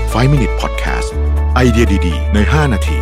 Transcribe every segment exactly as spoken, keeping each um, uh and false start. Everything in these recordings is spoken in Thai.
ไฟว์ มินิท Podcast ไอเดียดีๆในห้านาที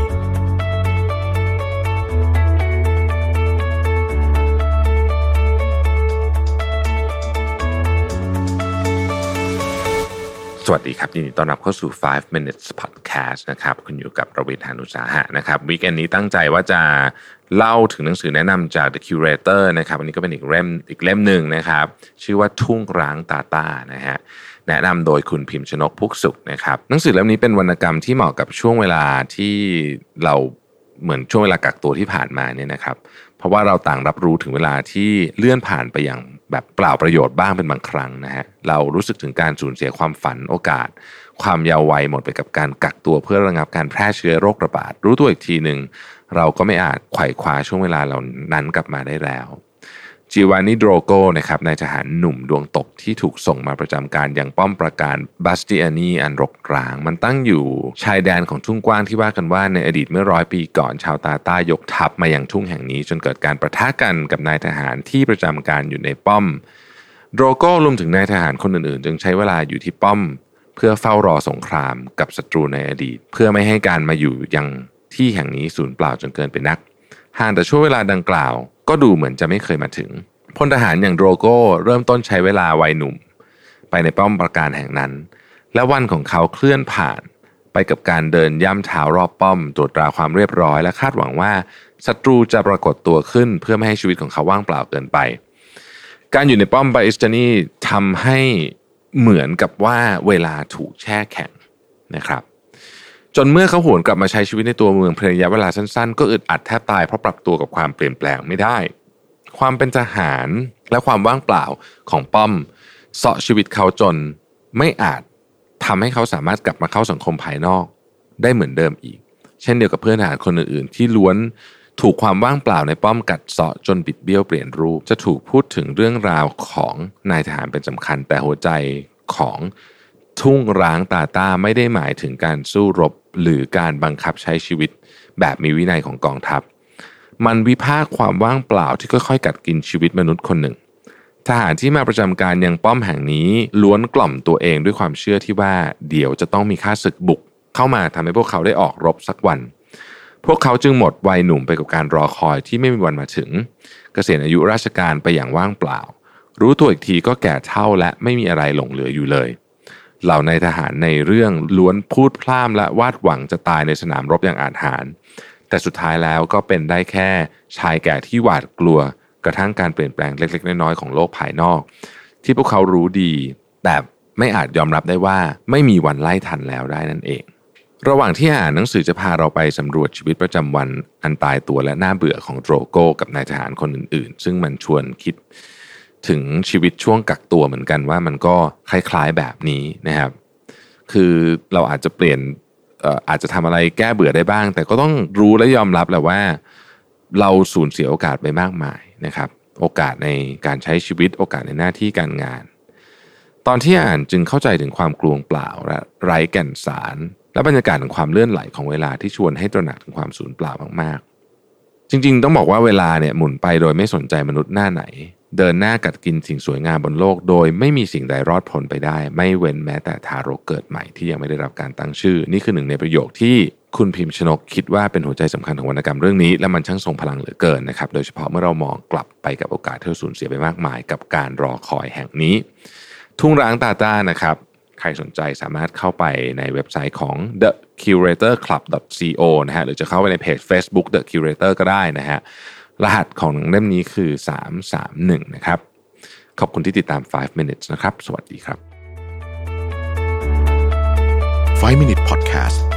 สวัสดีครับยินดีต้อนรับเข้าสู่ไฟว์ มินิท Podcast นะครับคุณอยู่กับประวิทย์ หาญอุตสาหะนะครับวีคเอนด์นี้ตั้งใจว่าจะเล่าถึงหนังสือแนะนำจาก The Curator นะครับอันนี้ก็เป็นอีกเล่มอีกเล่มหนึ่งนะครับชื่อว่าทุ่งร้างตาต้านะฮะแนะนำโดยคุณพิมพ์ชนกพุกสุขนะครับหนังสือเล่มนี้เป็นวรรณกรรมที่เหมาะกับช่วงเวลาที่เราเหมือนช่วงเวลากักตัวที่ผ่านมาเนี่ยนะครับเพราะว่าเราต่างรับรู้ถึงเวลาที่เลื่อนผ่านไปอย่างแบบเปล่าประโยชน์บ้างเป็นบางครั้งนะฮะเรารู้สึกถึงการสูญเสียความฝันโอกาสความเยาว์วัยหมดไปกับการกักตัวเพื่อระงับการแพร่เชื้อโรคระบาดรู้ตัวอีกทีหนึ่งเราก็ไม่อาจไขว่คว้าช่วงเวลาเหล่านั้นกลับมาได้แล้วจิวานนี โดรโกนะครับนายทหารหนุ่มดวงตกที่ถูกส่งมาประจำการยังป้อมปราการบาสติอานีอันรกร้างมันตั้งอยู่ชายแดนของทุ่งกว้างที่ว่ากันว่าในอดีตเมื่อร้อยปีก่อนชาวตาต้ายกทัพมายังทุ่งแห่งนี้จนเกิดการประทะกันกับนายทหารที่ประจำการอยู่ในป้อมโดรโกรวมถึงนายทหารคนอื่นๆจึงใช้เวลาอยู่ที่ป้อมเพื่อเฝ้ารอสงครามกับศัตรูในอดีตเพื่อไม่ให้การมาอยู่ยังที่แห่งนี้สูญเปล่าจนเกินไปนักห่างแต่ช่วงเวลาดังกล่าวก็ดูเหมือนจะไม่เคยมาถึงพลทหารอย่างโดรโกเริ่มต้นใช้เวลาวัยหนุ่มไปในป้อมปราการแห่งนั้นและวันของเขาเคลื่อนผ่านไปกับการเดินย่ำเท้ารอบป้อมตรวจตราความเรียบร้อยและคาดหวังว่าศัตรูจะปรากฏตัวขึ้นเพื่อไม่ให้ชีวิตของเขาว่างเปล่าเกินไปการอยู่ในป้อมบาอิสตานีทำให้เหมือนกับว่าเวลาถูกแช่แข็งนะครับจนเมื่อเขาหวนกลับมาใช้ชีวิตในตัวเมืองเพียงระยะเวลาสั้นๆก็อึดอัดแทบตายเพราะปรับตัวกับความเปลี่ยนแปลงไม่ได้ความเป็นทหารและความว่างเปล่าของป้อมเสาะชีวิตเขาจนไม่อาจทำให้เขาสามารถกลับมาเข้าสังคมภายนอกได้เหมือนเดิมอีกเช่นเดียวกับเพื่อนทหารคนอื่นๆที่ล้วนถูกความว่างเปล่าในป้อมกัดเซาะจนบิดเบี้ยวเปลี่ยนรูปจะถูกพูดถึงเรื่องราวของนายทหารเป็นสำคัญแต่หัวใจของทุ่งร้างตาต้าไม่ได้หมายถึงการสู้รบหรือการบังคับใช้ชีวิตแบบมีวินัยของกองทัพมันวิพากษ์ความว่างเปล่าที่ค่อยๆกัดกินชีวิตมนุษย์คนหนึ่งทหารที่มาประจำการยังป้อมแห่งนี้ล้วนกล่อมตัวเองด้วยความเชื่อที่ว่าเดี๋ยวจะต้องมีข้าศึกบุกเข้ามาทำให้พวกเขาได้ออกรบสักวันพวกเขาจึงหมดวัยหนุ่มไปกับการรอคอยที่ไม่มีวันมาถึงเกษียณอายุราชการไปอย่างว่างเปล่ารู้ตัวอีกทีก็แก่เฒ่าและไม่มีอะไรหลงเหลืออยู่เลยเหล่านายทหารในเรื่องล้วนพูดพล่ำและวาดหวังจะตายในสนามรบอย่างอาถรรพ์แต่สุดท้ายแล้วก็เป็นได้แค่ชายแก่ที่หวาดกลัวกระทั่งการเปลี่ยนแปลงเล็กๆน้อยๆของโลกภายนอกที่พวกเขารู้ดีแต่ไม่อาจยอมรับได้ว่าไม่มีวันไล่ทันแล้วได้นั่นเองระหว่างที่อ่านหนังสือจะพาเราไปสำรวจชีวิตประจำวันอันตายตัวและน่าเบื่อของโดรโกกับนายทหารคนอื่นๆซึ่งมันชวนคิดถึงชีวิตช่วงกักตัวเหมือนกันว่ามันก็คล้ายๆแบบนี้นะครับคือเราอาจจะเปลี่ยนอาจจะทำอะไรแก้เบื่อได้บ้างแต่ก็ต้องรู้และยอมรับแหละว่าเราสูญเสียโอกาสไปมากมายนะครับโอกาสในการใช้ชีวิตโอกาสในหน้าที่การงานตอนที่อ่านจึงเข้าใจถึงความกลวงเปล่าและไร้แก่นสารและบรรยากาศของความเลื่อนไหลของเวลาที่ชวนให้ตระหนักถึงความสูญเปล่ามากๆจริงๆต้องบอกว่าเวลาเนี่ยหมุนไปโดยไม่สนใจมนุษย์หน้าไหนเดินหน้ากัดกินสิ่งสวยงามบนโลกโดยไม่มีสิ่งใดรอดพ้นไปได้ไม่เว้นแม้แต่ทารกเกิดใหม่ที่ยังไม่ได้รับการตั้งชื่อนี่คือหนึ่งในประโยคที่คุณพิมพ์ชนกคิดว่าเป็นหัวใจสำคัญของวรรณกรรมเรื่องนี้และมันช่างทรงพลังเหลือเกินนะครับโดยเฉพาะเมื่อเรามองกลับไปกับโอกาสที่เราสูญเสียไปมากมายกับการรอคอยแห่งนี้ทุ่งร้างตาต้านะครับใครสนใจสามารถเข้าไปในเว็บไซต์ของ เดอะ คิวเรเตอร์ คลับ ดอท ซี โอ นะฮะหรือจะเข้าไปในเพจ Facebook The Curator ก็ได้นะฮะรหัสของเล่มนี้คือสามสามหนึ่งนะครับขอบคุณที่ติดตามไฟว์ มินิท นะครับสวัสดีครับไฟว์ มินิท Podcast